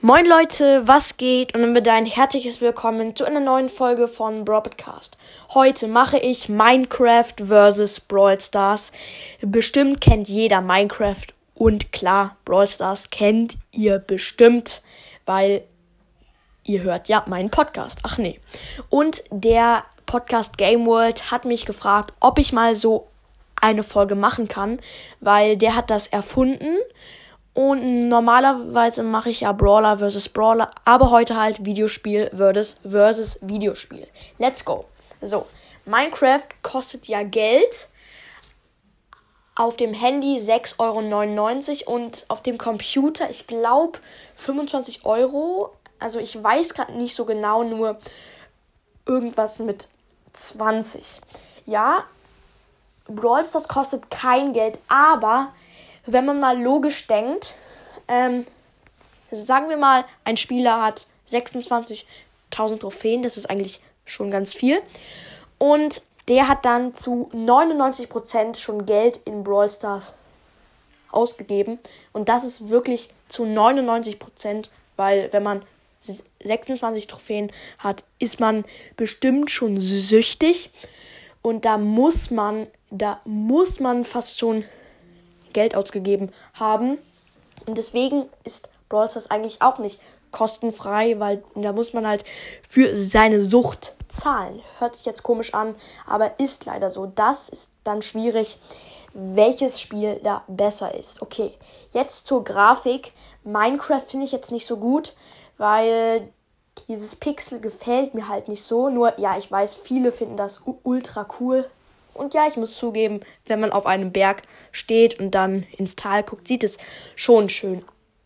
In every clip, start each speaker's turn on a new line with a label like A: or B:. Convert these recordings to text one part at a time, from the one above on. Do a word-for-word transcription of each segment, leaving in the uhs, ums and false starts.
A: Moin Leute, was geht? Und damit ein herzliches Willkommen zu einer neuen Folge von Brawl Podcast. Heute mache ich Minecraft versus. Brawl Stars. Bestimmt kennt jeder Minecraft und klar, Brawl Stars kennt ihr bestimmt, weil ihr hört ja meinen Podcast. Ach nee. Und der Podcast Game World hat mich gefragt, ob ich mal so eine Folge machen kann, weil der hat das erfunden. Und normalerweise mache ich ja Brawler versus. Brawler, aber heute halt Videospiel versus. versus Videospiel. Let's go. So, Minecraft kostet ja Geld. Auf dem Handy sechs Euro neunundneunzig und auf dem Computer, ich glaube, fünfundzwanzig Euro. Also ich weiß gerade nicht so genau, nur irgendwas mit zwanzig. Ja, Brawl Stars kostet kein Geld, aber wenn man mal logisch denkt, ähm, sagen wir mal, ein Spieler hat sechsundzwanzigtausend Trophäen, das ist eigentlich schon ganz viel. Und der hat dann zu neunundneunzig Prozent schon Geld in Brawl Stars ausgegeben. Und das ist wirklich zu neunundneunzig Prozent, weil wenn man sechsundzwanzig Trophäen hat, ist man bestimmt schon süchtig. Und da muss man, da muss man fast schon Geld ausgegeben haben. Und deswegen ist Brawl Stars eigentlich auch nicht kostenfrei, weil da muss man halt für seine Sucht zahlen. Hört sich jetzt komisch an, aber ist leider so. Das ist dann schwierig, welches Spiel da besser ist. Okay, jetzt zur Grafik. Minecraft finde ich jetzt nicht so gut, weil dieses Pixel gefällt mir halt nicht so. Nur, ja, ich weiß, viele finden das u- ultra cool. Und ja, ich muss zugeben, wenn man auf einem Berg steht und dann ins Tal guckt, sieht es schon schön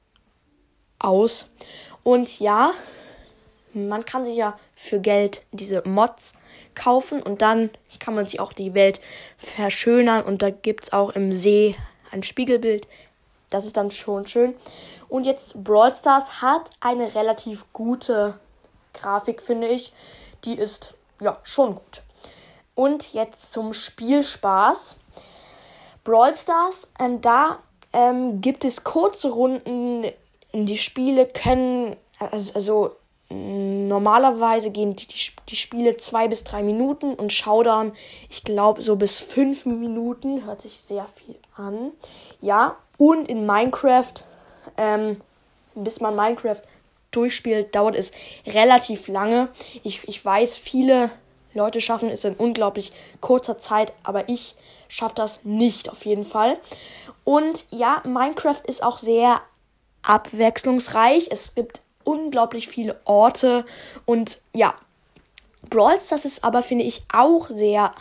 A: aus. Und ja, man kann sich ja für Geld diese Mods kaufen und dann kann man sich auch die Welt verschönern. Und da gibt es auch im See ein Spiegelbild. Das ist dann schon schön. Und jetzt Brawl Stars hat eine relativ gute Grafik, finde ich. Die ist ja schon gut. Und jetzt zum Spielspaß. Brawl Stars, ähm, da ähm, gibt es kurze Runden. Die Spiele können, also, also normalerweise gehen die, die, die Spiele zwei bis drei Minuten und Showdown, ich glaube, so bis fünf Minuten. Hört sich sehr viel an. Ja, und in Minecraft, ähm, bis man Minecraft durchspielt, dauert es relativ lange. Ich, ich weiß, viele Leute schaffen es in unglaublich kurzer Zeit, aber ich schaffe das nicht auf jeden Fall. Und ja, Minecraft ist auch sehr abwechslungsreich. Es gibt unglaublich viele Orte und ja, Brawl Stars ist aber, finde ich, auch sehr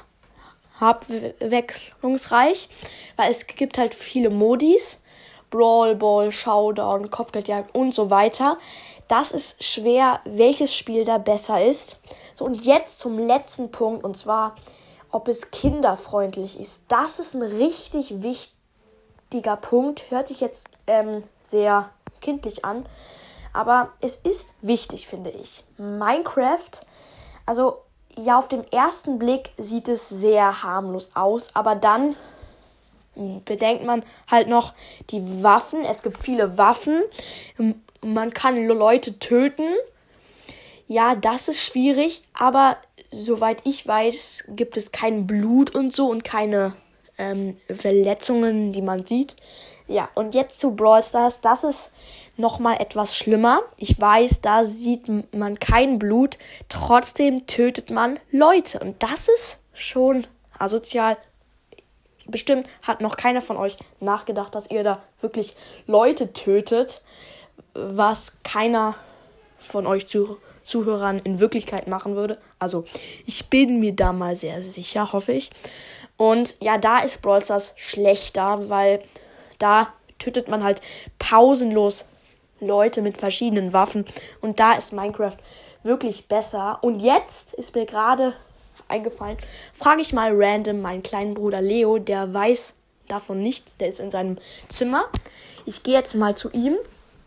A: abwechslungsreich, weil es gibt halt viele Modis. Brawl Ball, Showdown, Kopfgeldjagd und so weiter. Das ist schwer, welches Spiel da besser ist. So, und jetzt zum letzten Punkt, und zwar, ob es kinderfreundlich ist. Das ist ein richtig wichtiger Punkt. Hört sich jetzt ähm, sehr kindlich an, aber es ist wichtig, finde ich. Minecraft, also ja, auf den ersten Blick sieht es sehr harmlos aus, aber dann bedenkt man halt noch die Waffen. Es gibt viele Waffen. Man kann Leute töten. Ja, das ist schwierig, aber soweit ich weiß, gibt es kein Blut und so und keine ähm, Verletzungen, die man sieht. Ja, und jetzt zu Brawl Stars. Das ist nochmal etwas schlimmer. Ich weiß, da sieht man kein Blut. Trotzdem tötet man Leute. Und das ist schon asozial. Bestimmt hat noch keiner von euch nachgedacht, dass ihr da wirklich Leute tötet, was keiner von euch Zuh- Zuhörern in Wirklichkeit machen würde. Also ich bin mir da mal sehr sicher, hoffe ich. Und ja, da ist Brawl Stars schlechter, weil da tötet man halt pausenlos Leute mit verschiedenen Waffen. Und da ist Minecraft wirklich besser. Und jetzt ist mir gerade eingefallen, frage ich mal random meinen kleinen Bruder Leo, der weiß davon nichts, der ist in seinem Zimmer. Ich gehe jetzt mal zu ihm.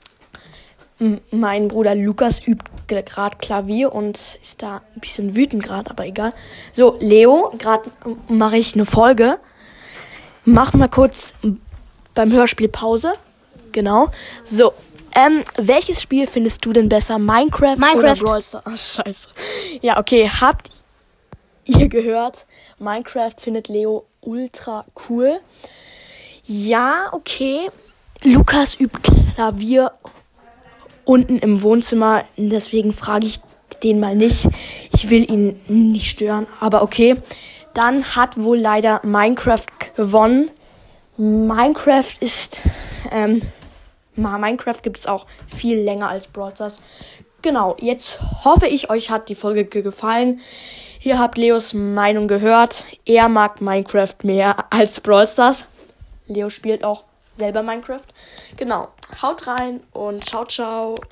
A: M- mein Bruder Lukas übt gerade Klavier und ist da ein bisschen wütend gerade, aber egal. So, Leo, gerade mache ich eine Folge. Mach mal kurz beim Hörspiel Pause. Genau. So, Ähm, welches Spiel findest du denn besser? Minecraft,
B: Minecraft.
A: oder Brawl Stars? Ach, scheiße. Ja, okay. Habt ihr gehört? Minecraft findet Leo ultra cool. Ja, okay. Lukas übt Klavier unten im Wohnzimmer. Deswegen frage ich den mal nicht. Ich will ihn nicht stören. Aber okay. Dann hat wohl leider Minecraft gewonnen. Minecraft ist... Ähm, Minecraft gibt es auch viel länger als Brawl Stars. Genau, jetzt hoffe ich, euch hat die Folge gefallen. Ihr habt Leos Meinung gehört. Er mag Minecraft mehr als Brawl Stars. Leo spielt auch selber Minecraft. Genau, haut rein und ciao, ciao.